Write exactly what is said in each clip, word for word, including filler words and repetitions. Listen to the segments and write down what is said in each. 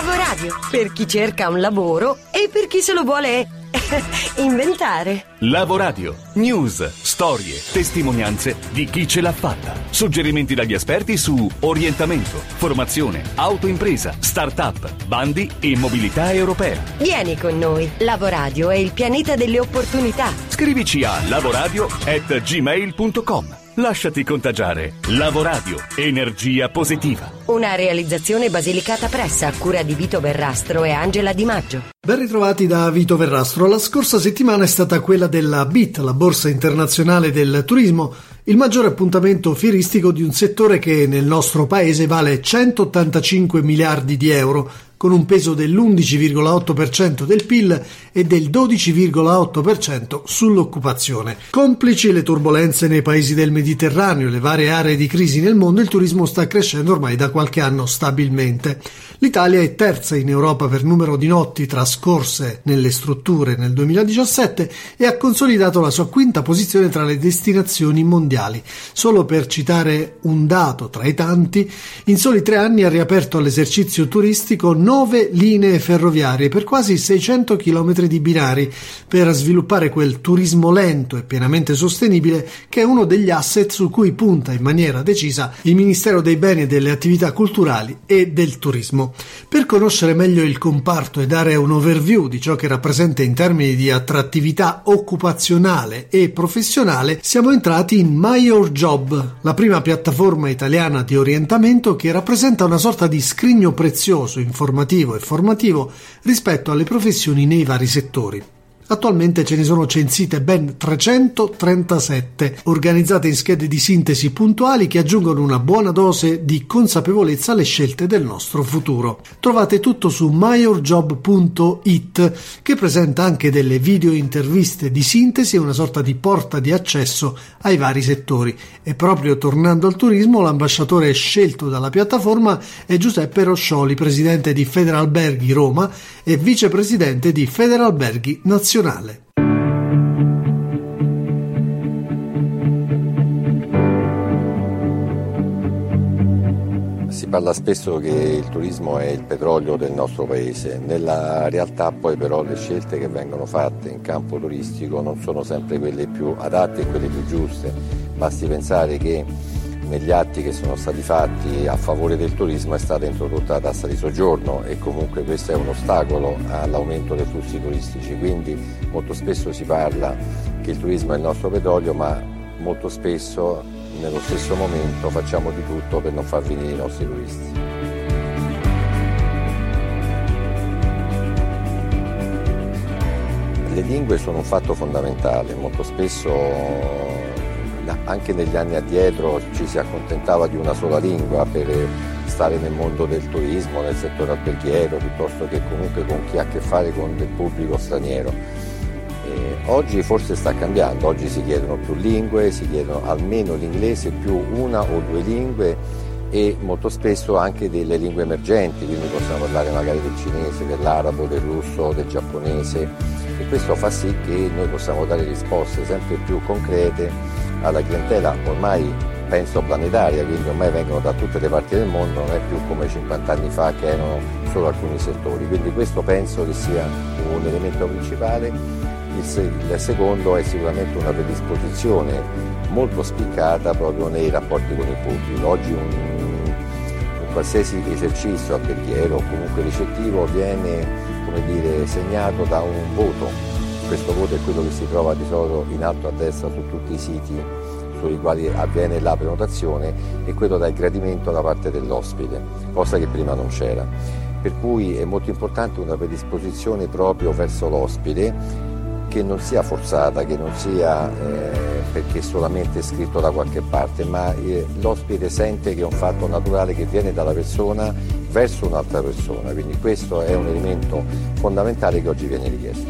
Lavoradio, per chi cerca un lavoro e per chi se lo vuole inventare. Lavoradio, news, storie, testimonianze di chi ce l'ha fatta. Suggerimenti dagli esperti su orientamento, formazione, autoimpresa, start-up, bandi e mobilità europea. Vieni con noi. Lavoradio è il pianeta delle opportunità. Scrivici a lavoradio at gmail punto com. Lasciati contagiare. Lavoradio, energia positiva. Una realizzazione Basilicata Press a cura di Vito Verrastro e Angela Di Maggio. Ben ritrovati da Vito Verrastro. La scorsa settimana è stata quella della B I T, la Borsa Internazionale del Turismo, il maggiore appuntamento fieristico di un settore che nel nostro paese vale centottantacinque miliardi di euro, con un peso dell'undici virgola otto per cento del P I L e del dodici virgola otto per cento sull'occupazione. Complici le turbolenze nei paesi del Mediterraneo e le varie aree di crisi nel mondo, il turismo sta crescendo ormai da qualche anno stabilmente. L'Italia è terza in Europa per numero di notti trascorse nelle strutture nel duemiladiciassette e ha consolidato la sua quinta posizione tra le destinazioni mondiali. Solo per citare un dato tra i tanti, in soli tre anni ha riaperto all'esercizio turistico nove linee ferroviarie per quasi seicento chilometri di binari per sviluppare quel turismo lento e pienamente sostenibile che è uno degli asset su cui punta in maniera decisa il Ministero dei Beni e delle Attività Culturali e del Turismo. Per conoscere meglio il comparto e dare un overview di ciò che rappresenta in termini di attrattività occupazionale e professionale, siamo entrati in My Your Job, la prima piattaforma italiana di orientamento che rappresenta una sorta di scrigno prezioso informativo e formativo rispetto alle professioni nei vari settori. Attualmente ce ne sono censite ben trecentotrentasette, organizzate in schede di sintesi puntuali che aggiungono una buona dose di consapevolezza alle scelte del nostro futuro. Trovate tutto su my your job punto it, che presenta anche delle video interviste di sintesi e una sorta di porta di accesso ai vari settori. E proprio tornando al turismo, l'ambasciatore scelto dalla piattaforma è Giuseppe Roscioli, presidente di Federalberghi Roma e vicepresidente di Federalberghi Nazionale. Si parla spesso che il turismo è il petrolio del nostro paese, nella realtà poi però le scelte che vengono fatte in campo turistico non sono sempre quelle più adatte e quelle più giuste. Basti pensare che negli atti che sono stati fatti a favore del turismo è stata introdotta la tassa di soggiorno e comunque questo è un ostacolo all'aumento dei flussi turistici, quindi molto spesso si parla che il turismo è il nostro petrolio, ma molto spesso nello stesso momento facciamo di tutto per non far venire i nostri turisti. Le lingue sono un fatto fondamentale, molto spesso anche negli anni addietro ci si accontentava di una sola lingua per stare nel mondo del turismo, nel settore alberghiero, piuttosto che comunque con chi ha a che fare con del pubblico straniero. E oggi forse sta cambiando, oggi si chiedono più lingue, si chiedono almeno l'inglese più una o due lingue e molto spesso anche delle lingue emergenti, quindi possiamo parlare magari del cinese, dell'arabo, del russo, del giapponese e questo fa sì che noi possiamo dare risposte sempre più concrete alla clientela ormai penso planetaria, quindi ormai vengono da tutte le parti del mondo, non è più come cinquanta anni fa che erano solo alcuni settori, quindi questo penso che sia un elemento principale. Il, se- il secondo è sicuramente una predisposizione molto spiccata proprio nei rapporti con il pubblico. Oggi un, un qualsiasi esercizio alberghiero o comunque ricettivo viene, come dire, segnato da un voto. Questo voto è quello che si trova di solito in alto a destra su tutti i siti sui quali avviene la prenotazione e quello dal gradimento da parte dell'ospite, cosa che prima non c'era. Per cui è molto importante una predisposizione proprio verso l'ospite che non sia forzata, che non sia eh, perché solamente è scritto da qualche parte, ma eh, l'ospite sente che è un fatto naturale che viene dalla persona verso un'altra persona, quindi questo è un elemento fondamentale che oggi viene richiesto.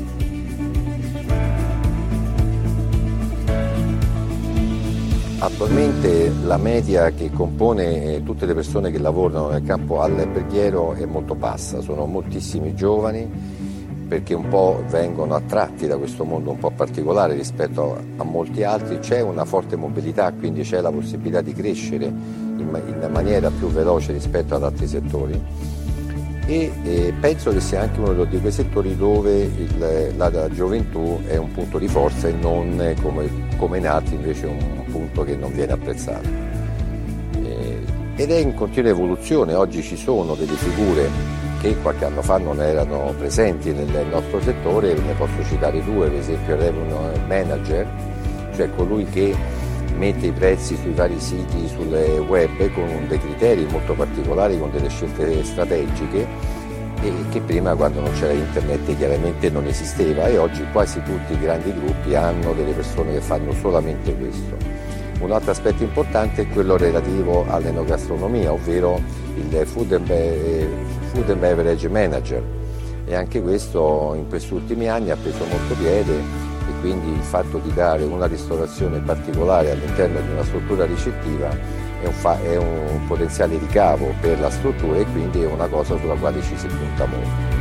Attualmente la media che compone tutte le persone che lavorano nel campo alberghiero è molto bassa, sono moltissimi giovani perché un po' vengono attratti da questo mondo un po' particolare rispetto a molti altri, c'è una forte mobilità, quindi c'è la possibilità di crescere in maniera più veloce rispetto ad altri settori e eh, penso che sia anche uno di quei settori dove il, la, la gioventù è un punto di forza e non eh, come, come in altri invece un, un punto che non viene apprezzato. Eh, ed è in continua evoluzione. Oggi ci sono delle figure che qualche anno fa non erano presenti nel, nel nostro settore, ne posso citare due, per esempio il revenue manager, cioè colui che mette i prezzi sui vari siti, sulle web con dei criteri molto particolari, con delle scelte strategiche e che prima, quando non c'era internet, chiaramente non esisteva, e oggi quasi tutti i grandi gruppi hanno delle persone che fanno solamente questo. Un altro aspetto importante è quello relativo all'enogastronomia, ovvero il food and, be- food and beverage manager, e anche questo in questi ultimi anni ha preso molto piede. E quindi il fatto di dare una ristorazione particolare all'interno di una struttura ricettiva è un, fa- è un potenziale ricavo per la struttura, e quindi è una cosa sulla quale ci si punta molto.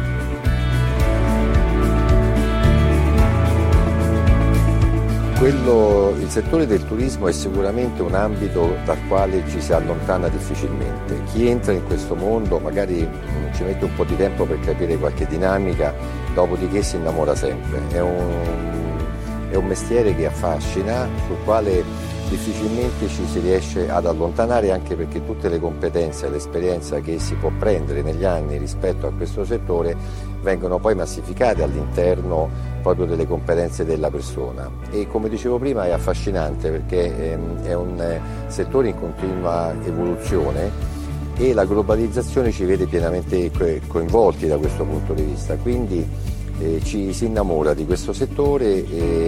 Quello, il settore del turismo è sicuramente un ambito dal quale ci si allontana difficilmente. Chi entra in questo mondo magari ci mette un po' di tempo per capire qualche dinamica, dopodiché si innamora sempre. È un È un mestiere che affascina, sul quale difficilmente ci si riesce ad allontanare, anche perché tutte le competenze e l'esperienza che si può prendere negli anni rispetto a questo settore vengono poi massificate all'interno proprio delle competenze della persona. E come dicevo prima è affascinante perché è un settore in continua evoluzione e la globalizzazione ci vede pienamente coinvolti da questo punto di vista. Quindi Eh, ci si innamora di questo settore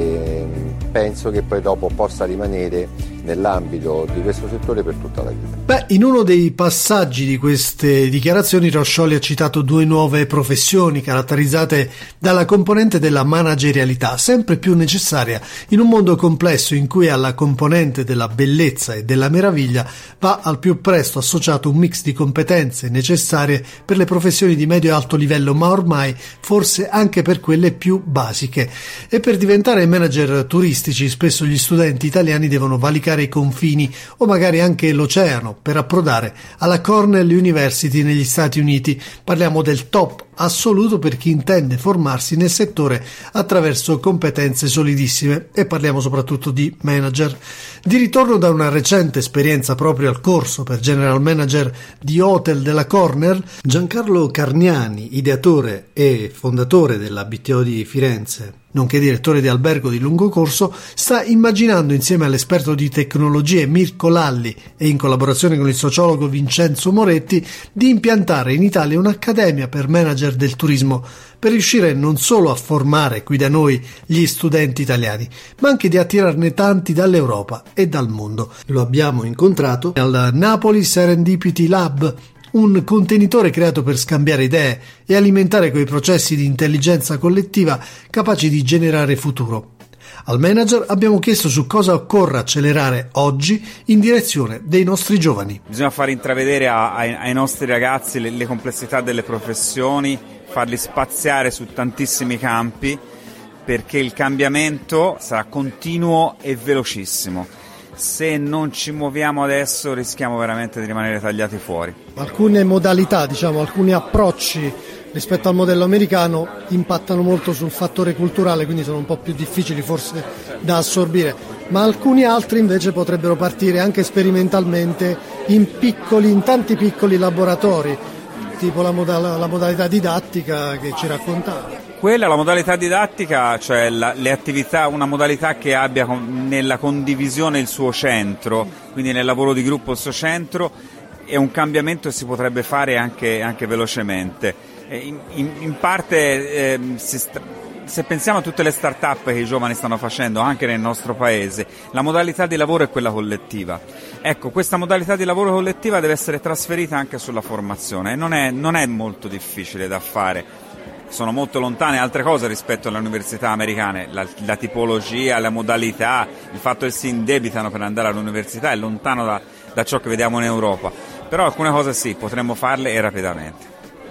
e penso che poi dopo possa rimanere nell'ambito di questo settore per tutta la vita. Beh, in uno dei passaggi di queste dichiarazioni Roscioli ha citato due nuove professioni caratterizzate dalla componente della managerialità, sempre più necessaria in un mondo complesso in cui alla componente della bellezza e della meraviglia va al più presto associato un mix di competenze necessarie per le professioni di medio e alto livello, ma ormai forse anche per quelle più basiche. E per diventare manager turistici spesso gli studenti italiani devono valicare i confini o magari anche l'oceano per approdare alla Cornell University negli Stati Uniti. Parliamo del top assoluto per chi intende formarsi nel settore attraverso competenze solidissime, e parliamo soprattutto di manager. Di ritorno da una recente esperienza proprio al corso per general manager di hotel della Cornell, Giancarlo Carniani, ideatore e fondatore della B T O di Firenze, nonché direttore di albergo di lungo corso, sta immaginando insieme all'esperto di tecnologie Mirko Lalli e in collaborazione con il sociologo Vincenzo Moretti di impiantare in Italia un'accademia per manager del turismo, per riuscire non solo a formare qui da noi gli studenti italiani, ma anche di attirarne tanti dall'Europa e dal mondo. Lo abbiamo incontrato al Napoli Serendipity Lab, un contenitore creato per scambiare idee e alimentare quei processi di intelligenza collettiva capaci di generare futuro. Al manager abbiamo chiesto su cosa occorra accelerare oggi in direzione dei nostri giovani. Bisogna far intravedere a, ai, ai nostri ragazzi le, le complessità delle professioni, farli spaziare su tantissimi campi, perché il cambiamento sarà continuo e velocissimo. Se non ci muoviamo adesso rischiamo veramente di rimanere tagliati fuori. Alcune modalità, diciamo, alcuni approcci rispetto al modello americano impattano molto sul fattore culturale, quindi sono un po' più difficili forse da assorbire, ma alcuni altri invece potrebbero partire anche sperimentalmente in piccoli, in tanti piccoli laboratori, tipo la, moda- la modalità didattica che ci raccontava. Quella, la modalità didattica, cioè la, le attività, una modalità che abbia con, nella condivisione il suo centro, quindi nel lavoro di gruppo il suo centro, è un cambiamento che si potrebbe fare anche, anche velocemente. In, in, in parte, eh, si sta, se pensiamo a tutte le start-up che i giovani stanno facendo anche nel nostro paese, la modalità di lavoro è quella collettiva. Ecco, questa modalità di lavoro collettiva deve essere trasferita anche sulla formazione e non è, non è molto difficile da fare. Sono molto lontane altre cose rispetto alle università americane, la, la tipologia, la modalità, il fatto che si indebitano per andare all'università è lontano da, da ciò che vediamo in Europa, però alcune cose sì, potremmo farle e rapidamente.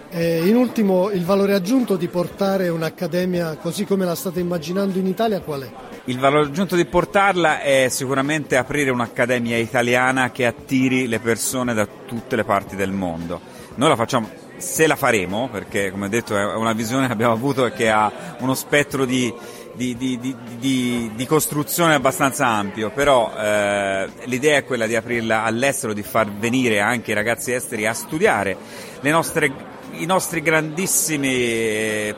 E in ultimo, il valore aggiunto di portare un'accademia così come la state immaginando in Italia qual è? Il valore aggiunto di portarla è sicuramente aprire un'accademia italiana che attiri le persone da tutte le parti del mondo. Noi la facciamo se la faremo, perché come ho detto è una visione che abbiamo avuto e che ha uno spettro di, di, di, di, di, di costruzione abbastanza ampio, però eh, l'idea è quella di aprirla all'estero, di far venire anche i ragazzi esteri a studiare le nostre, i nostri grandissimi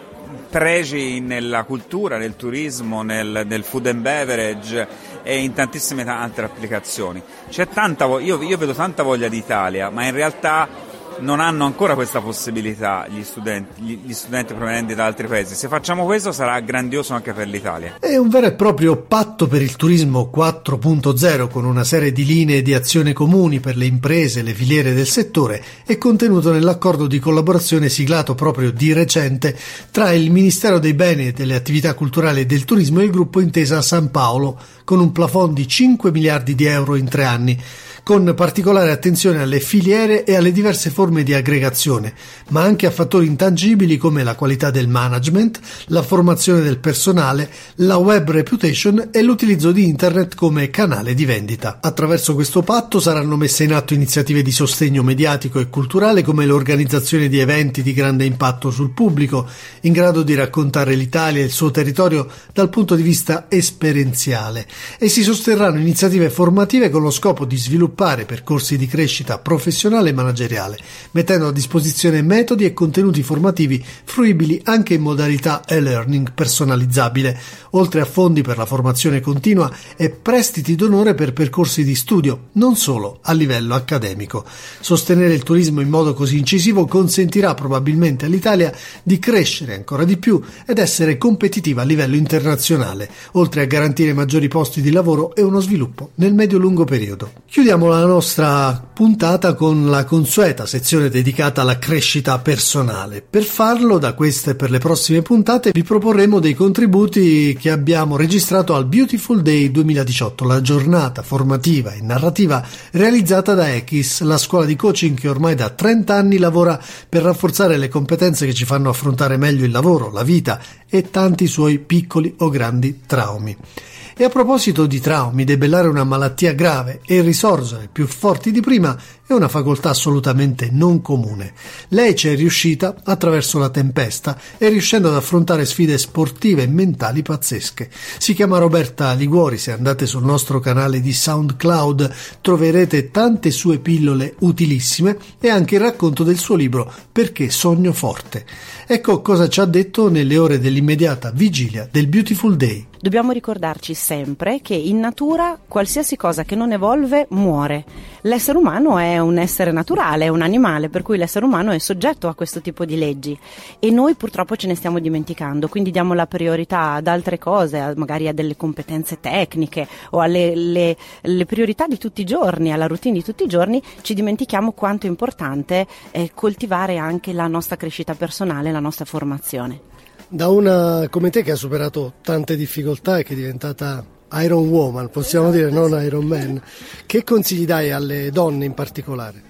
pregi nella cultura, nel turismo, nel, nel food and beverage e in tantissime altre applicazioni. C'è tanta vo- io, io vedo tanta voglia di Italia, ma in realtà non hanno ancora questa possibilità gli studenti, gli, gli studenti provenienti da altri paesi. Se facciamo questo sarà grandioso anche per l'Italia. È un vero e proprio patto per il turismo quattro punto zero, con una serie di linee di azione comuni per le imprese e le filiere del settore, è contenuto nell'accordo di collaborazione siglato proprio di recente tra il Ministero dei Beni e delle Attività Culturali e del Turismo e il gruppo Intesa San Paolo, con un plafond di cinque miliardi di euro in tre anni, con particolare attenzione alle filiere e alle diverse forme di aggregazione, ma anche a fattori intangibili come la qualità del management, la formazione del personale, la web reputation e l'utilizzo di internet come canale di vendita. Attraverso questo patto saranno messe in atto iniziative di sostegno mediatico e culturale come l'organizzazione di eventi di grande impatto sul pubblico, in grado di raccontare l'Italia e il suo territorio dal punto di vista esperienziale, e si sosterranno iniziative formative con lo scopo di sviluppare percorsi di crescita professionale e manageriale, mettendo a disposizione metodi e contenuti formativi fruibili anche in modalità e-learning personalizzabile, oltre a fondi per la formazione continua e prestiti d'onore per percorsi di studio, non solo a livello accademico. Sostenere il turismo in modo così incisivo consentirà probabilmente all'Italia di crescere ancora di più ed essere competitiva a livello internazionale, oltre a garantire maggiori posti di lavoro e uno sviluppo nel medio-lungo periodo. Chiudiamo la nostra puntata con la consueta sezione dedicata alla crescita personale. Per farlo, da queste e per le prossime puntate, vi proporremo dei contributi che abbiamo registrato al Beautiful Day duemiladiciotto, la giornata formativa e narrativa realizzata da Echis, la scuola di coaching che ormai da trenta anni lavora per rafforzare le competenze che ci fanno affrontare meglio il lavoro, la vita e tanti suoi piccoli o grandi traumi. E a proposito di traumi, debellare una malattia grave e risorgere più forti di prima è una facoltà assolutamente non comune. Lei ci è riuscita attraverso la tempesta e riuscendo ad affrontare sfide sportive e mentali pazzesche. Si chiama Roberta Liguori. Se andate sul nostro canale di SoundCloud troverete tante sue pillole utilissime e anche il racconto del suo libro Perché sogno forte. Ecco cosa ci ha detto nelle ore dell'immediata vigilia del Beautiful Day. Dobbiamo ricordarci sempre che in natura qualsiasi cosa che non evolve muore. L'essere umano è un essere naturale, è un animale, per cui l'essere umano è soggetto a questo tipo di leggi e noi purtroppo ce ne stiamo dimenticando, quindi diamo la priorità ad altre cose, magari a delle competenze tecniche o alle le, le priorità di tutti i giorni, alla routine di tutti i giorni, ci dimentichiamo quanto è importante eh, coltivare anche la nostra crescita personale, la nostra formazione. Da una come te che ha superato tante difficoltà e che è diventata Iron Woman, possiamo dire, non Iron Man, che consigli dai alle donne in particolare?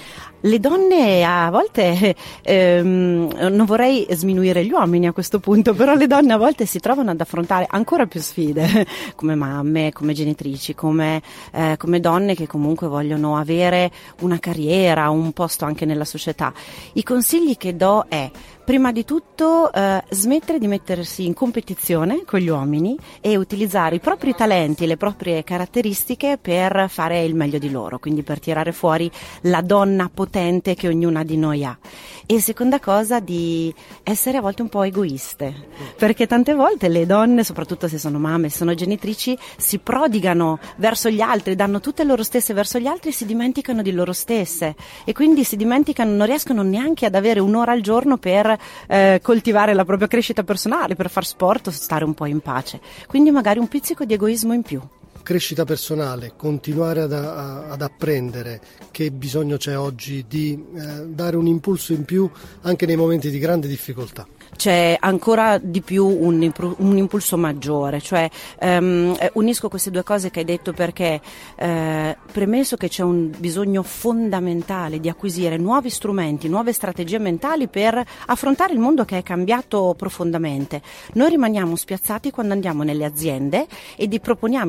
Le donne a volte, ehm, non vorrei sminuire gli uomini a questo punto, però le donne a volte si trovano ad affrontare ancora più sfide, come mamme, come genitrici, come, eh, come donne che comunque vogliono avere una carriera, un posto anche nella società. I consigli che do è: prima di tutto eh, smettere di mettersi in competizione con gli uomini e utilizzare i propri talenti, le proprie caratteristiche per fare il meglio di loro, quindi per tirare fuori la donna potente che ognuna di noi ha. E seconda cosa, di essere a volte un po' egoiste, perché tante volte le donne, soprattutto se sono mamme, se sono genitrici, si prodigano verso gli altri, danno tutte loro stesse verso gli altri e si dimenticano di loro stesse, e quindi si dimenticano, non riescono neanche ad avere un'ora al giorno per Eh, coltivare la propria crescita personale, per far sport o stare un po' in pace. Quindi magari un pizzico di egoismo in più. Crescita personale, continuare ad, a, ad apprendere. Che bisogno c'è oggi di eh, dare un impulso in più anche nei momenti di grande difficoltà? C'è ancora di più un, impru- un impulso maggiore, cioè um, unisco queste due cose che hai detto perché eh, premesso che c'è un bisogno fondamentale di acquisire nuovi strumenti, nuove strategie mentali per affrontare il mondo che è cambiato profondamente. Noi rimaniamo spiazzati quando andiamo nelle aziende e di proponiamo i nostri corsi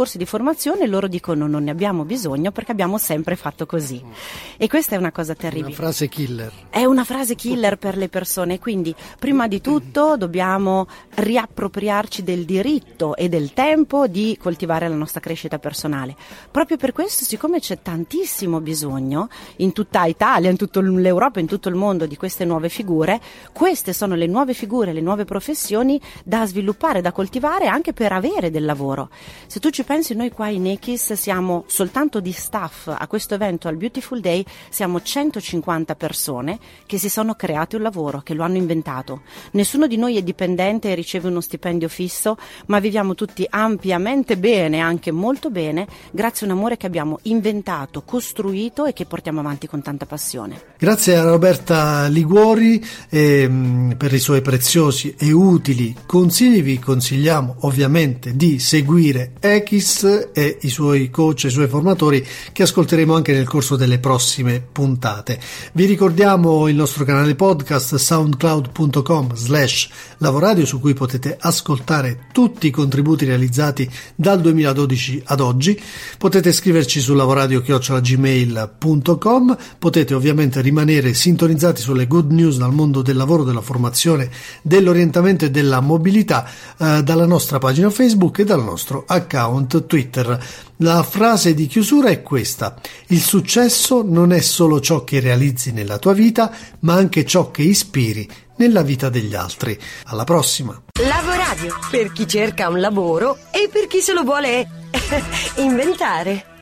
corsi di formazione, loro dicono non ne abbiamo bisogno perché abbiamo sempre fatto così. E questa è una cosa terribile. Una frase killer. È una frase killer per le persone, quindi prima di tutto dobbiamo riappropriarci del diritto e del tempo di coltivare la nostra crescita personale. Proprio per questo, siccome c'è tantissimo bisogno in tutta Italia, in tutta l'Europa, in tutto il mondo di queste nuove figure, queste sono le nuove figure, le nuove professioni da sviluppare, da coltivare anche per avere del lavoro. Se tu ci pensi, noi qua in Echis siamo soltanto di staff a questo evento, al Beautiful Day, siamo centocinquanta persone che si sono create un lavoro, che lo hanno inventato. Nessuno di noi è dipendente e riceve uno stipendio fisso, ma viviamo tutti ampiamente bene, anche molto bene, grazie a un amore che abbiamo inventato, costruito e che portiamo avanti con tanta passione. Grazie a Roberta Liguori ehm, per i suoi preziosi e utili consigli. Vi consigliamo ovviamente di seguire Echis e i suoi coach e i suoi formatori, che ascolteremo anche nel corso delle prossime puntate. Vi ricordiamo il nostro canale podcast soundcloud punto com slash lavoradio, su cui potete ascoltare tutti i contributi realizzati dal duemiladodici ad oggi. Potete scriverci su lavoradio chiocciola gmail punto com. Potete ovviamente rimanere sintonizzati sulle good news dal mondo del lavoro, della formazione, dell'orientamento e della mobilità eh, dalla nostra pagina Facebook e dal nostro account Twitter. La frase di chiusura è questa: il successo non è solo ciò che realizzi nella tua vita, ma anche ciò che ispiri nella vita degli altri. Alla prossima. Lavoradio, per chi cerca un lavoro e per chi se lo vuole inventare.